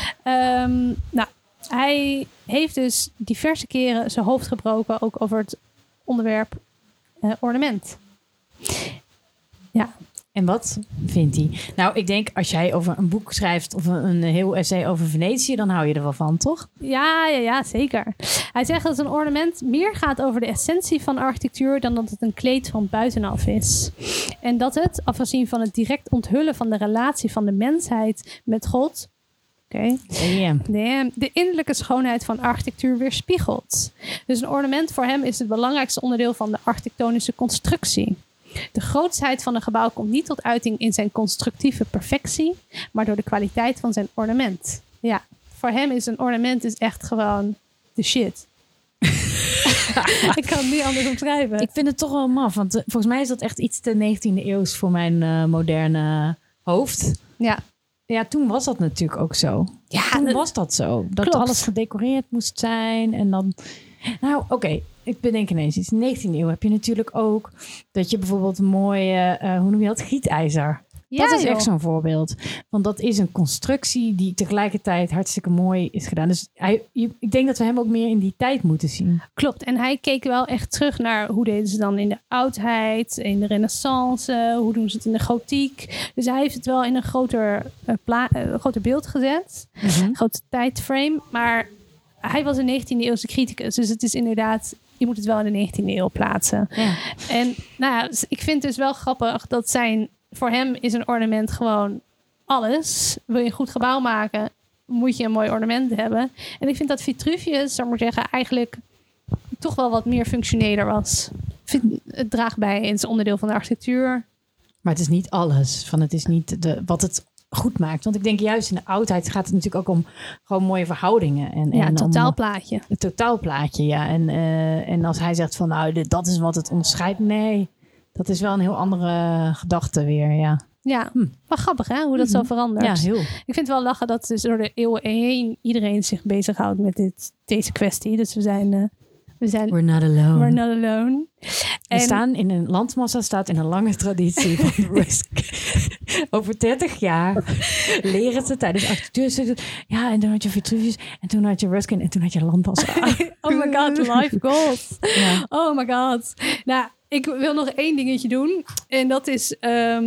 Hij heeft dus diverse keren zijn hoofd gebroken, ook over het onderwerp ornament. Ja. En wat vindt hij? Nou, ik denk als jij over een boek schrijft of een heel essay over Venetië, dan hou je er wel van, toch? Ja, zeker. Hij zegt dat een ornament meer gaat over de essentie van architectuur dan dat het een kleed van buitenaf is. En dat het, afgezien van het direct onthullen van de relatie van de mensheid met God, de innerlijke schoonheid van architectuur weerspiegelt. Dus een ornament voor hem is het belangrijkste onderdeel van de architectonische constructie. De grootsheid van een gebouw komt niet tot uiting in zijn constructieve perfectie, maar door de kwaliteit van zijn ornament. Ja, voor hem is een ornament is echt gewoon de shit. Ik kan het niet anders omschrijven. Ik vind het toch wel maf, want volgens mij is dat echt iets te 19e eeuws voor mijn moderne hoofd. Ja. Ja, toen was dat natuurlijk ook zo. Ja, toen was dat zo. Dat klopt. Alles gedecoreerd moest zijn. En dan... Nou, oké. Ik bedenk ineens iets. In de 19e eeuw heb je natuurlijk ook dat je bijvoorbeeld een mooie, hoe noem je dat? Gietijzer. Ja, dat is echt zo'n voorbeeld. Want dat is een constructie die tegelijkertijd hartstikke mooi is gedaan. Dus ik denk dat we hem ook meer in die tijd moeten zien. Klopt. En hij keek wel echt terug naar hoe deden ze dan in de oudheid, in de renaissance, hoe doen ze het in de gotiek. Dus hij heeft het wel in een groter beeld gezet. Een grote tijdframe. Maar hij was een 19e eeuwse criticus. Dus het is inderdaad, je moet het wel in de 19e eeuw plaatsen. Ja. En ik vind het dus wel grappig dat voor hem is een ornament gewoon alles. Wil je een goed gebouw maken, moet je een mooi ornament hebben. En ik vind dat Vitruvius, zou ik maar zeggen, eigenlijk toch wel wat meer functioneler was. Het draagt bij, het is onderdeel van de architectuur. Maar het is niet alles. Het is niet wat het goed maakt. Want ik denk juist in de oudheid gaat het natuurlijk ook om gewoon mooie verhoudingen. Het totaalplaatje. Het totaalplaatje, ja. En als hij zegt van dat is wat het onderscheidt. Nee, dat is wel een heel andere gedachte weer, ja. Ja, wel grappig hè, hoe dat zo verandert. Ja, heel. Ik vind het wel lachen dat dus door de eeuwen heen iedereen zich bezighoudt met deze kwestie. Dus we zijn We're not alone. We're not alone. We staan in een landmassa, staat in een lange traditie van risk. Over 30 jaar leren ze tijdens architectuur. Ja, en toen had je Vitruvius, en toen had je Ruskin, en toen had je landmassa. Oh my god, life goals. Ja. Oh my god. Nou, ik wil nog 1 dingetje doen. En dat is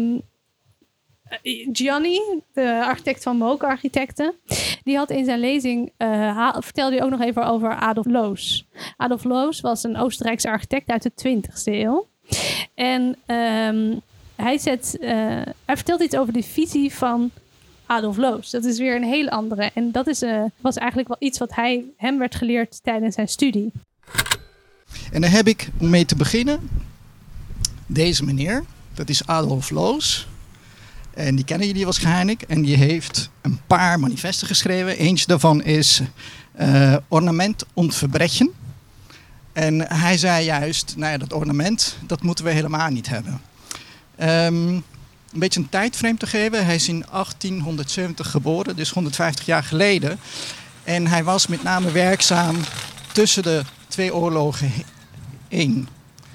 Gianni, de architect van Moog Architecten. Die had in zijn lezing, vertelde hij ook nog even over Adolf Loos. Adolf Loos was een Oostenrijkse architect uit de 20e eeuw. En hij vertelt iets over de visie van Adolf Loos. Dat is weer een hele andere. En dat was eigenlijk wel iets wat hem werd geleerd tijdens zijn studie. En daar heb ik, om mee te beginnen, deze meneer. Dat is Adolf Loos. En die kennen jullie waarschijnlijk. En die heeft een paar manifesten geschreven. Eentje daarvan is Ornament und Verbrechen. En hij zei juist, dat ornament, dat moeten we helemaal niet hebben. Een beetje een tijdframe te geven. Hij is in 1870 geboren, dus 150 jaar geleden. En hij was met name werkzaam tussen de 2 oorlogen in.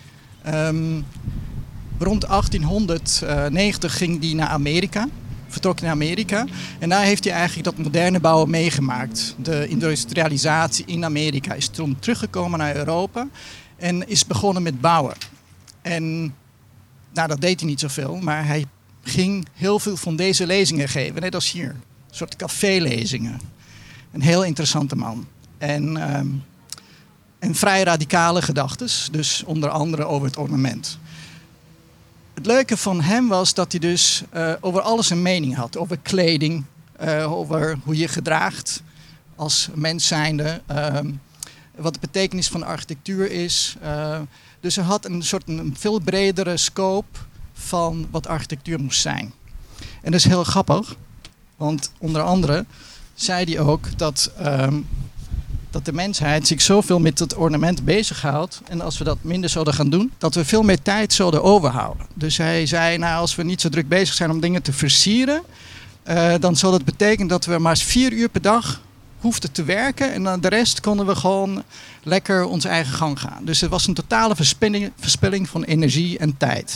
Rond 1890 ging hij naar Amerika. Vertrok naar Amerika. En daar heeft hij eigenlijk dat moderne bouwen meegemaakt. De industrialisatie in Amerika is toen teruggekomen naar Europa. En is begonnen met bouwen. En dat deed hij niet zoveel. Maar hij ging heel veel van deze lezingen geven. Net als hier. Een soort cafélezingen. Een heel interessante man. En vrij radicale gedachtes. Dus onder andere over het ornament. Het leuke van hem was dat hij dus over alles een mening had. Over kleding, over hoe je gedraagt als mens zijnde. Wat de betekenis van architectuur is. Dus hij had een veel bredere scope van wat architectuur moest zijn. En dat is heel grappig. Want onder andere zei hij ook dat de mensheid zich zoveel met het ornament bezighoudt. En als we dat minder zouden gaan doen, dat we veel meer tijd zouden overhouden. Dus hij zei, als we niet zo druk bezig zijn om dingen te versieren, dan zal dat betekenen dat we maar 4 uur per dag hoefden te werken. En dan de rest konden we gewoon lekker onze eigen gang gaan. Dus het was een totale verspilling van energie en tijd.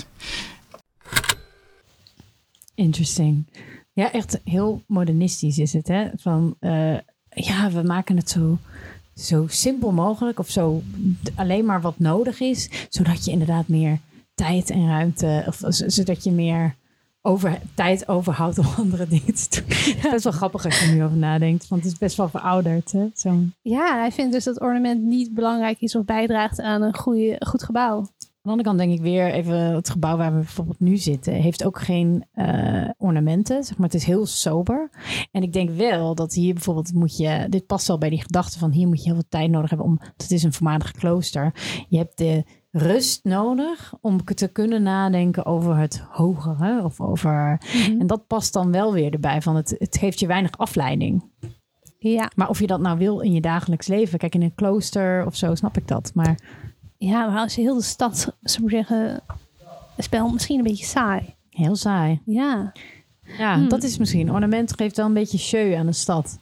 Interesting. Ja, echt heel modernistisch is het, hè? Van, we maken het zo simpel mogelijk of zo alleen maar wat nodig is, zodat je inderdaad meer tijd en ruimte, of zodat je meer tijd overhoudt om andere dingen te doen. Dat is wel grappig als je er nu over nadenkt, want het is best wel verouderd. Hè? Ja, hij vindt dus dat ornament niet belangrijk is of bijdraagt aan een goed gebouw. Aan de andere kant denk ik weer even, het gebouw waar we bijvoorbeeld nu zitten, heeft ook geen ornamenten. Zeg maar, het is heel sober. En ik denk wel dat hier bijvoorbeeld dit past wel bij die gedachte van hier moet je heel veel tijd nodig hebben het is een voormalig klooster. Je hebt de rust nodig om te kunnen nadenken over het hogere. Of over, En dat past dan wel weer erbij van het geeft je weinig afleiding. Ja. Maar of je dat nou wil in je dagelijks leven. Kijk, in een klooster of zo snap ik dat. Maar maar als je heel de stad, zou ik zeggen, is wel misschien een beetje saai. Heel saai. Ja. Ja, dat is misschien. Ornament geeft wel een beetje show aan de stad.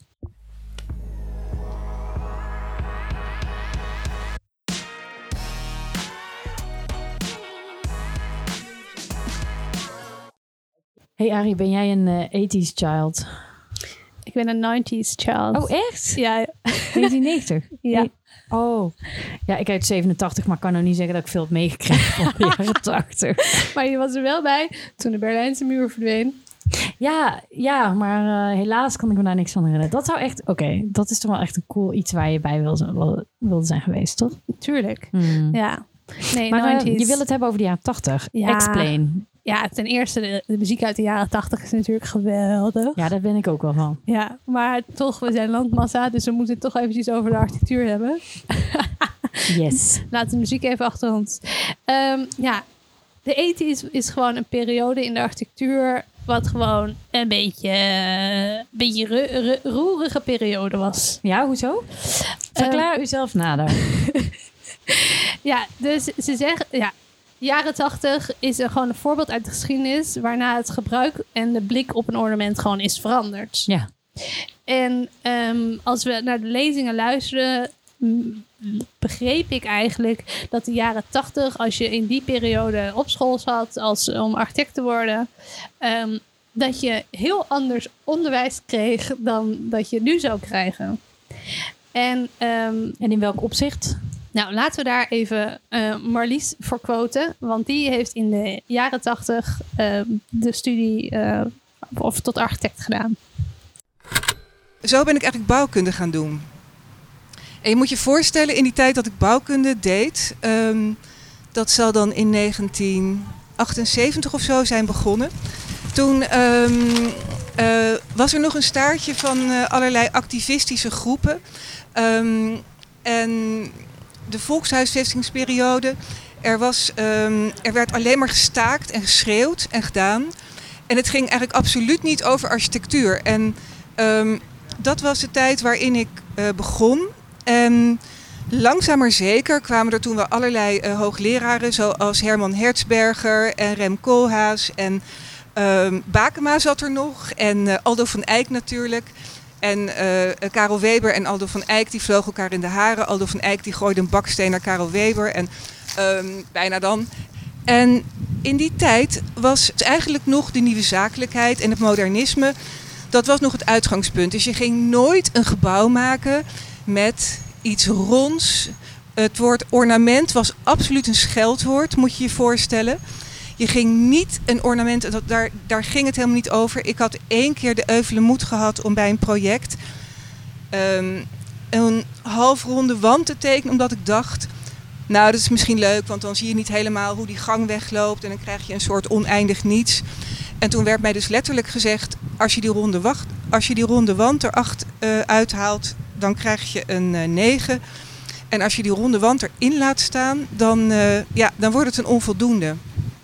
Hey Arie, ben jij een 80s child? Ik ben een 90s child. Oh, echt? Ja. 1990? Ja. Oh. Ja, ik uit 87, maar kan nou niet zeggen dat ik veel heb meegekregen van de jaren 80. Maar je was er wel bij toen de Berlijnse muur verdween. Ja, maar helaas kan ik me daar niks van herinneren. Dat zou echt, dat is toch wel echt een cool iets waar je bij wilde zijn geweest, toch? Tuurlijk. Ja. Nee, maar je wil het hebben over de jaren 80. Ja. Explain. Ja, ten eerste, de muziek uit de jaren 80 is natuurlijk geweldig. Ja, daar ben ik ook wel van. Ja, maar toch, we zijn landmassa, dus we moeten het toch eventjes over de architectuur hebben. Yes. Laat de muziek even achter ons. De 80s is gewoon een periode in de architectuur wat gewoon een beetje roerige periode was. Ja, hoezo? Verklaar uzelf nader. Ja, dus ze zeggen, jaren 80 is er gewoon een voorbeeld uit de geschiedenis waarna het gebruik en de blik op een ornament gewoon is veranderd. Ja. En als we naar de lezingen luisteren, begreep ik eigenlijk dat de jaren 80, als je in die periode op school zat om architect te worden, dat je heel anders onderwijs kreeg dan dat je nu zou krijgen. En in welk opzicht? Nou, laten we daar even Marlies voor quoten. Want die heeft in de jaren 80 de studie tot architect gedaan. Zo ben ik eigenlijk bouwkunde gaan doen. En je moet je voorstellen, in die tijd dat ik bouwkunde deed, Dat zal dan in 1978 of zo zijn begonnen. Toen was er nog een staartje van allerlei activistische groepen. En de volkshuisvestingsperiode, er werd alleen maar gestaakt en geschreeuwd en gedaan. En het ging eigenlijk absoluut niet over architectuur. En dat was de tijd waarin ik begon. En langzaam maar zeker kwamen er toen wel allerlei hoogleraren, zoals Herman Hertzberger en Rem Koolhaas. En Bakema zat er nog. En Aldo van Eyck natuurlijk. En Karel Weber en Aldo van Eyck die vlogen elkaar in de haren. Aldo van Eyck die gooide een baksteen naar Karel Weber. En bijna dan. En in die tijd was het eigenlijk nog de nieuwe zakelijkheid en het modernisme. Dat was nog het uitgangspunt. Dus je ging nooit een gebouw maken met iets ronds. Het woord ornament was absoluut een scheldwoord, moet je je voorstellen. Je ging niet een ornament, daar ging het helemaal niet over. Ik had 1 keer de euvele moed gehad om bij een project een halfronde wand te tekenen, omdat ik dacht, nou, dat is misschien leuk, want dan zie je niet helemaal hoe die gang wegloopt en dan krijg je een soort oneindig niets. En toen werd mij dus letterlijk gezegd, als je die ronde wand er 8 uithaalt, dan krijg je een 9. En als je die ronde wand erin laat staan, dan wordt het een onvoldoende.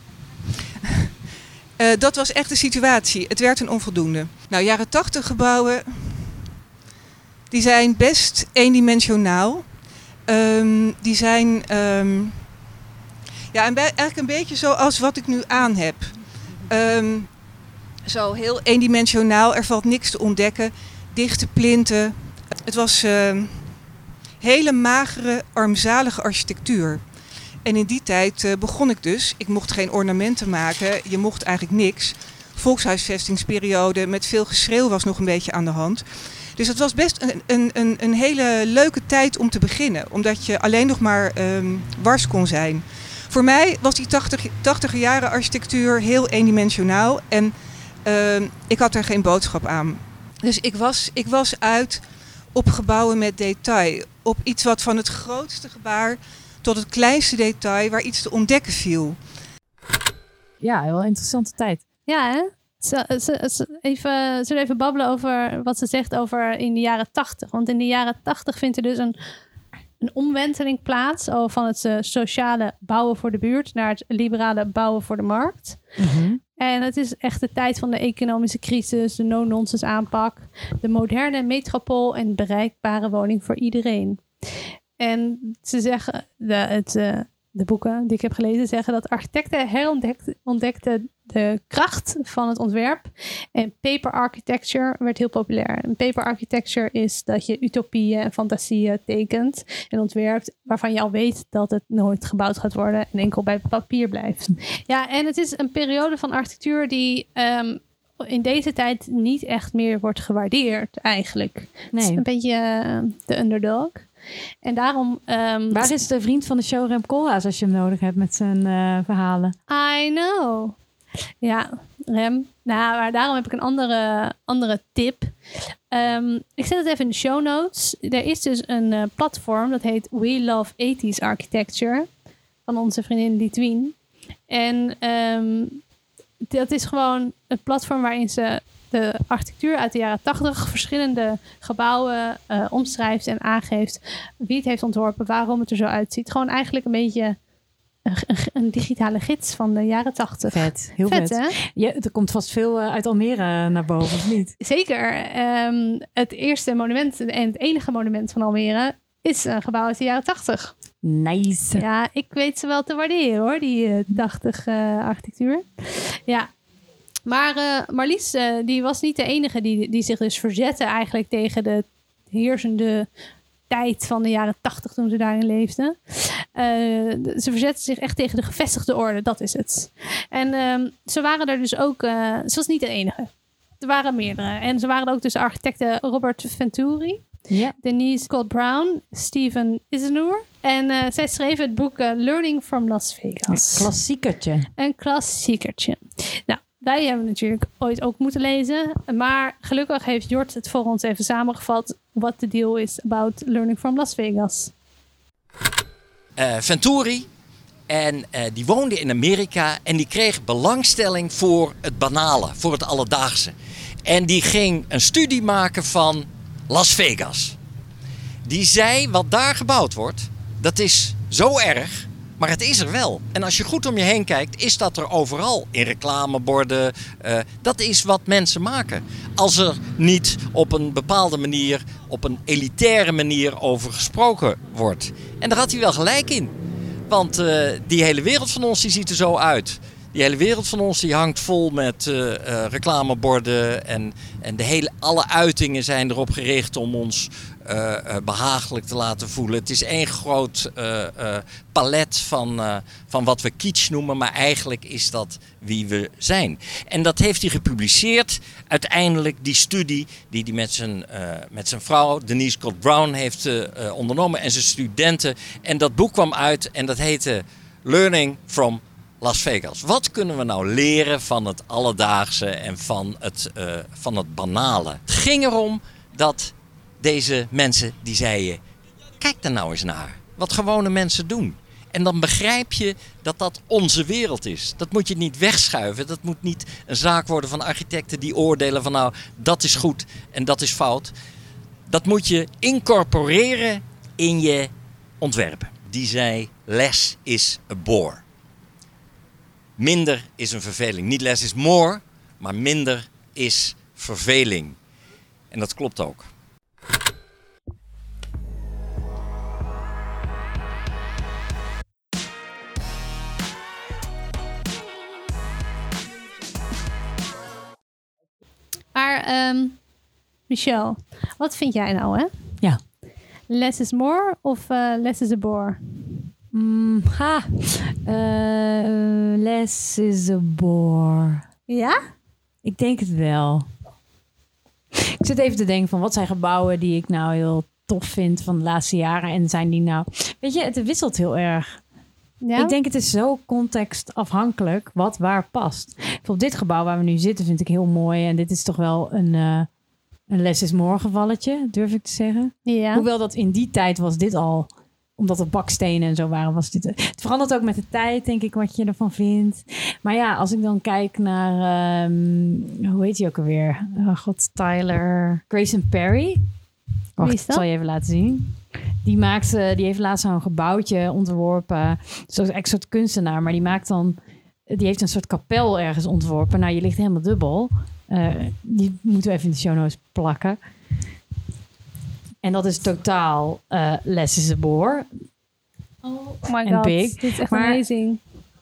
Dat was echt de situatie. Het werd een onvoldoende. Nou, jaren 80 gebouwen, die zijn best eendimensionaal. Die zijn eigenlijk een beetje zoals wat ik nu aan heb. Zo heel eendimensionaal, er valt niks te ontdekken. Dichte plinten. Het was hele magere, armzalige architectuur. En in die tijd begon ik dus. Ik mocht geen ornamenten maken. Je mocht eigenlijk niks. Volkshuisvestingsperiode met veel geschreeuw was nog een beetje aan de hand. Dus het was best een hele leuke tijd om te beginnen. Omdat je alleen nog maar wars kon zijn. Voor mij was die 80er jaren architectuur heel eendimensionaal. En ik had er geen boodschap aan. Dus ik was uit op gebouwen met detail. Op iets wat van het grootste gebaar tot het kleinste detail waar iets te ontdekken viel. Ja, heel interessante tijd. Ja, hè? Zullen we even babbelen over wat ze zegt over in de jaren 80. Want in de jaren 80 vindt er dus een omwenteling plaats van het sociale bouwen voor de buurt naar het liberale bouwen voor de markt. Mm-hmm. En het is echt de tijd van de economische crisis, de no-nonsense aanpak, de moderne metropool en bereikbare woning voor iedereen. En ze zeggen, de boeken die ik heb gelezen zeggen dat architecten herontdekten de kracht van het ontwerp. En paper architecture werd heel populair. En paper architecture is dat je utopieën en fantasieën tekent en ontwerpt waarvan je al weet dat het nooit gebouwd gaat worden en enkel bij papier blijft. Ja, en het is een periode van architectuur die in deze tijd niet echt meer wordt gewaardeerd eigenlijk. Nee. Het is een beetje de underdog. En daarom... waar is de vriend van de show Rem Koolhaas als je hem nodig hebt met zijn verhalen? I know. Ja, Rem. Nou, maar daarom heb ik een andere tip. Ik zet het even in de show notes. Er is dus een platform dat heet We Love 80s Architecture van onze vriendin Litwien. En dat is gewoon een platform waarin ze de architectuur uit de jaren 80, verschillende gebouwen omschrijft en aangeeft wie het heeft ontworpen, waarom het er zo uitziet. Gewoon eigenlijk een beetje een digitale gids van de jaren 80. Vet, heel vet. Hè? Ja, er komt vast veel uit Almere naar boven, of niet? Zeker. Het eerste monument en het enige monument van Almere is een gebouw uit de jaren 80. Nice. Ja, ik weet ze wel te waarderen hoor, die 80 architectuur. Ja. Maar Marlies, die was niet de enige die zich dus verzette eigenlijk tegen de heersende tijd van de jaren 80 toen ze daarin leefde. Ze verzette zich echt tegen de gevestigde orde, dat is het. En ze waren er dus ook, ze was niet de enige. Er waren meerdere. En ze waren ook dus architecten Robert Venturi, Denise Scott Brown, Steven Izenour. En zij schreven het boek Learning from Las Vegas. Een klassiekertje. Nou, wij hebben natuurlijk ooit ook moeten lezen. Maar gelukkig heeft Jort het voor ons even samengevat wat de deal is about Learning from Las Vegas. Venturi En die woonde in Amerika en die kreeg belangstelling voor het banale, voor het alledaagse. En die ging een studie maken van Las Vegas. Die zei, wat daar gebouwd wordt, dat is zo erg, maar het is er wel. En als je goed om je heen kijkt, is dat er overal. In reclameborden, dat is wat mensen maken. Als er niet op een bepaalde manier, op een elitaire manier over gesproken wordt. En daar had hij wel gelijk in. Want die hele wereld van ons die ziet er zo uit. Die hele wereld van ons die hangt vol met reclameborden. En alle uitingen zijn erop gericht om ons behagelijk te laten voelen. Het is één groot palet van wat we kitsch noemen. Maar eigenlijk is dat wie we zijn. En dat heeft hij gepubliceerd. Uiteindelijk die studie die hij met zijn vrouw Denise Scott Brown heeft ondernomen. En zijn studenten. En dat boek kwam uit en dat heette Learning from Las Vegas. Wat kunnen we nou leren van het alledaagse en van het banale? Het ging erom dat deze mensen die zeiden, kijk daar nou eens naar. Wat gewone mensen doen. En dan begrijp je dat dat onze wereld is. Dat moet je niet wegschuiven. Dat moet niet een zaak worden van architecten die oordelen van nou, dat is goed en dat is fout. Dat moet je incorporeren in je ontwerpen. Die zei, less is a bore. Minder is een verveling. Niet less is more, maar minder is verveling. En dat klopt ook. Maar Michelle, wat vind jij nou, hè? Ja. Less is more of less is a bore? Less is a bore. Ja? Ik denk het wel. Ik zit even te denken van wat zijn gebouwen die ik nou heel tof vind van de laatste jaren. En zijn die nou... Weet je, het wisselt heel erg. Ja? Ik denk het is zo contextafhankelijk wat waar past. Bijvoorbeeld dit gebouw waar we nu zitten vind ik heel mooi. En dit is toch wel een less is more gevalletje, durf ik te zeggen. Ja. Hoewel dat in die tijd was dit al... Omdat er bakstenen en zo waren, was dit... Het verandert ook met de tijd, denk ik, wat je ervan vindt. Maar ja, als ik dan kijk naar... hoe heet hij ook alweer? Tyler... Grayson Perry. Wacht, ik zal je even laten zien. Die heeft laatst zo'n gebouwtje ontworpen. Zo'n echt soort kunstenaar. Maar die maakt dan... Die heeft een soort kapel ergens ontworpen. Nou, je ligt helemaal dubbel. Die moeten we even in de show notes plakken. En dat is totaal less is a bore. Oh my en god, big. dit is echt amazing.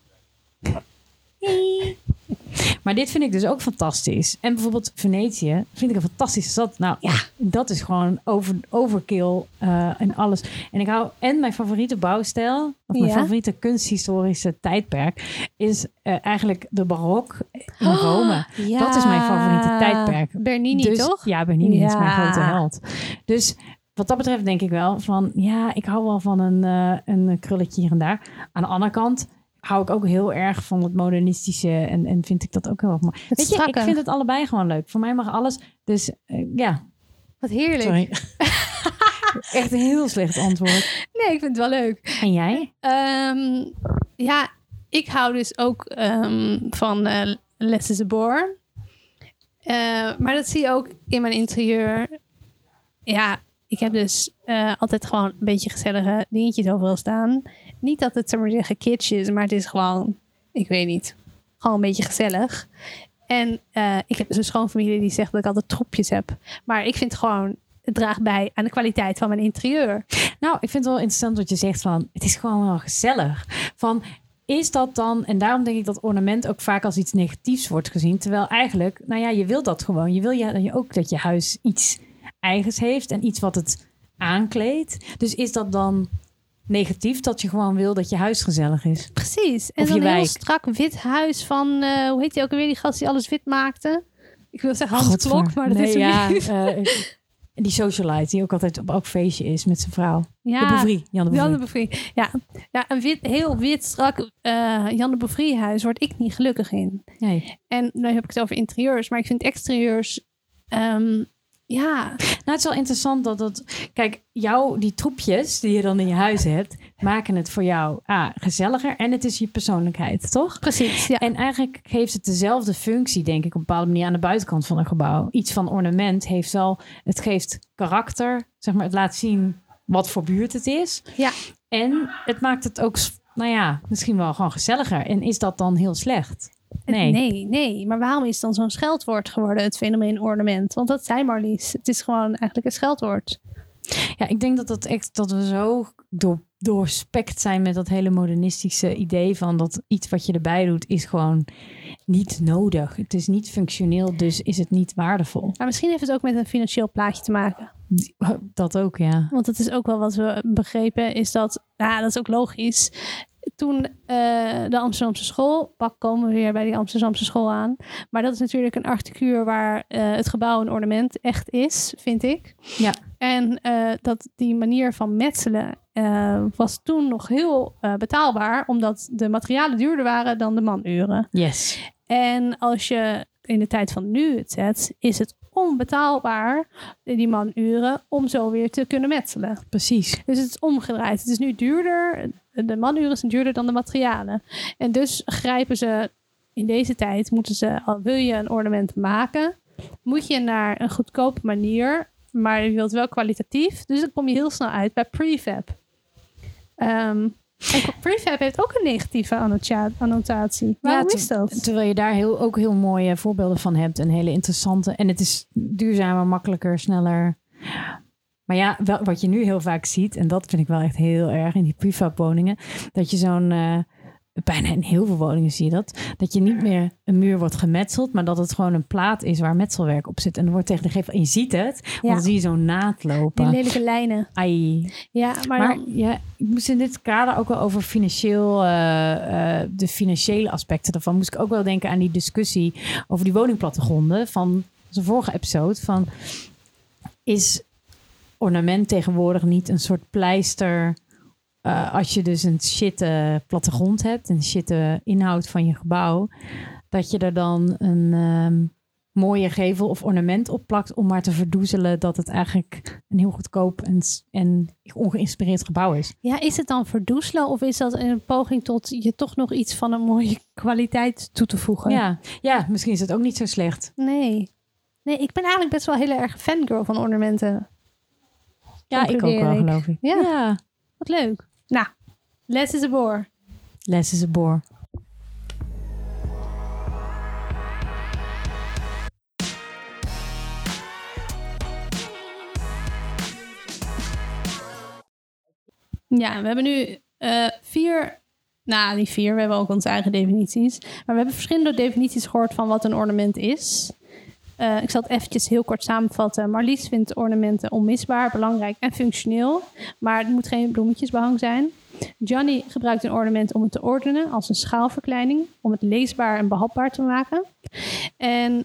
Maar dit vind ik dus ook fantastisch. En bijvoorbeeld Venetië vind ik een fantastische stad. Nou ja, dat is gewoon overkill en alles. En ik hou... En mijn favoriete bouwstijl, of mijn favoriete kunsthistorische tijdperk... is eigenlijk de barok in Rome. Ja. Dat is mijn favoriete tijdperk. Bernini, dus, toch? Ja, Bernini is mijn grote held. Dus wat dat betreft denk ik wel van... Ja, ik hou wel van een krulletje hier en daar. Aan de andere kant... hou ik ook heel erg van het modernistische en vind ik dat ook heel erg mooi. Weet je, ik vind het allebei gewoon leuk. Voor mij mag alles. Dus ja. Wat heerlijk. Sorry. Echt een heel slecht antwoord. Nee, ik vind het wel leuk. En jij? Ja, ik hou dus ook van less is a bore. Maar dat zie je ook in mijn interieur. Ja, ik heb dus altijd gewoon een beetje gezellige dingetjes overal staan. Niet dat het, zeg maar zeggen, kitsch is, maar het is gewoon, ik weet niet, gewoon een beetje gezellig. En ik heb dus een schoonfamilie die zegt dat ik altijd troepjes heb. Maar ik vind gewoon, het draagt bij aan de kwaliteit van mijn interieur. Nou, ik vind het wel interessant wat je zegt van, het is gewoon wel gezellig. Van, is dat dan, en daarom denk ik dat ornament ook vaak als iets negatiefs wordt gezien. Terwijl eigenlijk, nou ja, je wil dat gewoon. Je wil ook dat je huis iets eigens heeft en iets wat het aankleedt. Dus is dat dan negatief dat je gewoon wil dat je huis gezellig is? Precies. En of dan je een heel wijk. strak wit huis van, hoe heet die ook alweer, die gast die alles wit maakte? Ik wil zeggen Hans Klok, maar dat is hem niet. Die socialite die ook altijd op elk feestje is met zijn vrouw. Ja, de Beauvry, Jan de Beauvry. Ja, een heel wit, strak Jan de Beauvry huis word ik niet gelukkig in. Nee. En nu heb ik het over interieurs, maar ik vind exterieurs Ja. Nou, het is wel interessant dat kijk, die troepjes die je dan in je huis hebt, maken het voor jou gezelliger en het is je persoonlijkheid, toch? Precies, ja. En eigenlijk heeft het dezelfde functie, denk ik, op een bepaalde manier aan de buitenkant van een gebouw. Iets van ornament heeft wel, het geeft karakter, zeg maar, het laat zien wat voor buurt het is. Ja. En het maakt het ook, misschien wel gewoon gezelliger. En is dat dan heel slecht? Nee. Maar waarom is het dan zo'n scheldwoord geworden, het fenomeen ornament? Want dat zei Marlies. Het is gewoon eigenlijk een scheldwoord. Ja, ik denk dat we zo doorspekt zijn met dat hele modernistische idee van dat iets wat je erbij doet is gewoon niet nodig. Het is niet functioneel, dus is het niet waardevol. Maar misschien heeft het ook met een financieel plaatje te maken. Dat ook, ja. Want het is ook wel wat we begrepen, is dat, dat is ook logisch. Toen de Amsterdamse school, komen we weer bij die Amsterdamse school aan. Maar dat is natuurlijk een architectuur waar het gebouw een ornament echt is, vind ik. Ja. En dat die manier van metselen was toen nog heel betaalbaar, omdat de materialen duurder waren dan de manuren. Yes. En als je in de tijd van nu het zet, is het onbetaalbaar, die manuren, om zo weer te kunnen metselen. Precies. Dus het is omgedraaid. Het is nu duurder. De manuren zijn duurder dan de materialen. En dus grijpen ze in deze tijd, wil je een ornament maken, moet je naar een goedkope manier, maar je wilt wel kwalitatief. Dus dan kom je heel snel uit bij prefab. En prefab heeft ook een negatieve annotatie. Waarom is dat? Terwijl je daar ook heel mooie voorbeelden van hebt. En hele interessante. En het is duurzamer, makkelijker, sneller. Maar ja, wat je nu heel vaak ziet. En dat vind ik wel echt heel erg in die prefab woningen. Dat je bijna in heel veel woningen zie je dat. Dat je niet meer een muur wordt gemetseld. Maar dat het gewoon een plaat is waar metselwerk op zit. En er wordt tegen de gevel. En je ziet het. Want dan zie je zo'n naad lopen. Die lelijke lijnen. Ai. Ja, maar ik moest in dit kader ook wel over de financiële aspecten daarvan. Moest ik ook wel denken aan die discussie over die woningplattegronden. Van onze vorige episode. Van, is ornament tegenwoordig niet een soort pleister als je dus een shitte plattegrond hebt, een shitte inhoud van je gebouw, dat je er dan een mooie gevel of ornament op plakt om maar te verdoezelen dat het eigenlijk een heel goedkoop en ongeïnspireerd gebouw is. Ja, is het dan verdoezelen of is dat een poging tot je toch nog iets van een mooie kwaliteit toe te voegen? Ja, misschien is het ook niet zo slecht. Nee, ik ben eigenlijk best wel heel erg fangirl van ornamenten. Ja, ik ook wel, geloof ik. Ja. Wat leuk. Nou, less is a bore. Less is a bore. Ja, we hebben nu 4... Nou, niet 4. We hebben ook onze eigen definities. Maar we hebben verschillende definities gehoord van wat een ornament is. Ik zal het eventjes heel kort samenvatten. Marlies vindt ornamenten onmisbaar, belangrijk en functioneel. Maar het moet geen bloemetjesbehang zijn. Johnny gebruikt een ornament om het te ordenen als een schaalverkleining. Om het leesbaar en behapbaar te maken. En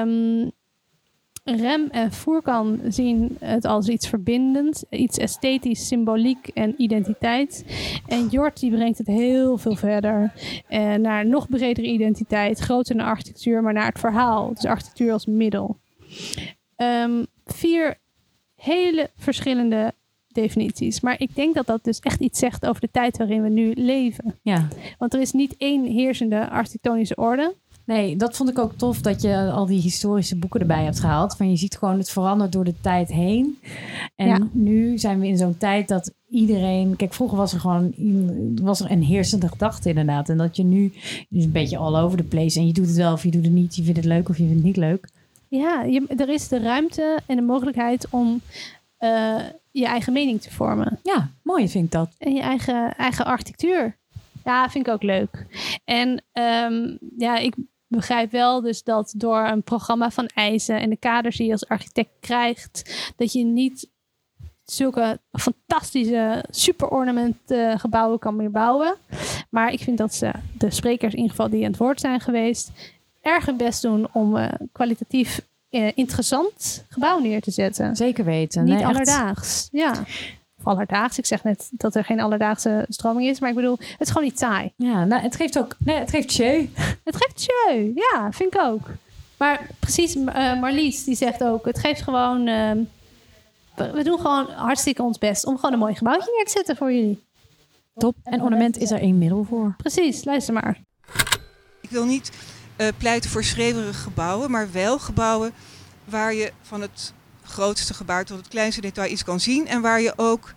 Rem en Furkan zien het als iets verbindends. Iets esthetisch, symboliek en identiteit. En Jort die brengt het heel veel verder. Naar nog bredere identiteit. Groter naar architectuur, maar naar het verhaal. Dus architectuur als middel. 4 hele verschillende definities. Maar ik denk dat dat dus echt iets zegt over de tijd waarin we nu leven. Ja. Want er is niet één heersende architectonische orde. Nee, dat vond ik ook tof dat je al die historische boeken erbij hebt gehaald. Van je ziet gewoon het verandert door de tijd heen. En nu zijn we in zo'n tijd dat iedereen... Kijk, vroeger was er een heersende gedachte inderdaad. En dat je nu is een beetje all over the place. En je doet het wel of je doet het niet. Je vindt het leuk of je vindt het niet leuk. Ja, er is de ruimte en de mogelijkheid om je eigen mening te vormen. Ja, mooi vind ik dat. En je eigen architectuur. Ja, vind ik ook leuk. En ik begrijp wel dus dat door een programma van eisen en de kaders die je als architect krijgt, dat je niet zulke fantastische super-ornament gebouwen kan meer bouwen. Maar ik vind dat de sprekers in ieder geval die aan het woord zijn geweest, erg hun best doen om kwalitatief interessant gebouw neer te zetten. Zeker weten. Niet alledaags. Ja. Of alledaags. Ik zeg net dat er geen alledaagse stroming is. Maar ik bedoel, het is gewoon niet saai. Ja, nou, het geeft ook... Nee, het geeft jeu. Het geeft jeu. Ja, vind ik ook. Maar precies, Marlies die zegt ook, het geeft gewoon... we doen gewoon hartstikke ons best om gewoon een mooi gebouwtje neer te zetten voor jullie. Top. En ornament is er één middel voor. Precies, luister maar. Ik wil niet pleiten voor schreeuwerige gebouwen, maar wel gebouwen waar je van het grootste gebouw tot het kleinste detail iets kan zien en waar je ook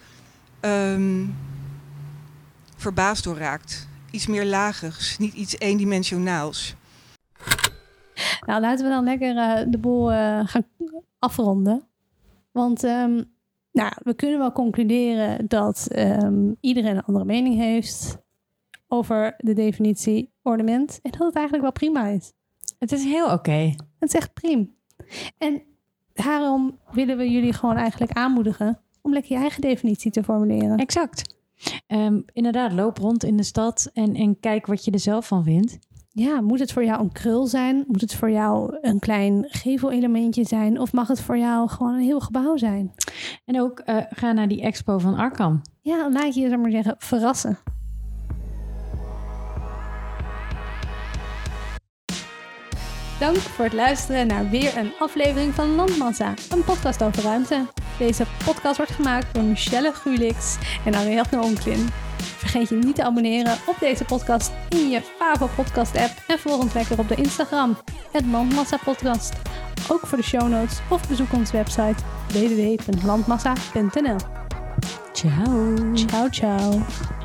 verbaasd door raakt. Iets meer lagigs, niet iets eendimensionaals. Nou, laten we dan lekker de boel gaan afronden. Want we kunnen wel concluderen dat iedereen een andere mening heeft over de definitie ornament. En dat het eigenlijk wel prima is. Het is heel oké. Het is echt prima. En daarom willen we jullie gewoon eigenlijk aanmoedigen om lekker je eigen definitie te formuleren. Exact. Inderdaad, loop rond in de stad en kijk wat je er zelf van vindt. Ja, moet het voor jou een krul zijn? Moet het voor jou een klein gevelelementje zijn? Of mag het voor jou gewoon een heel gebouw zijn? En ook ga naar die expo van Arkham. Ja, laat je, zeg maar zeggen, verrassen. Dank voor het luisteren naar weer een aflevering van Landmassa, een podcast over ruimte. Deze podcast wordt gemaakt door Michelle Gulix en Ariadne Onklin. Vergeet je niet te abonneren op deze podcast in je favoriete podcast app en volg ons lekker op de Instagram, @landmassapodcast. Ook voor de show notes of bezoek onze website www.landmassa.nl. Ciao. Ciao, ciao.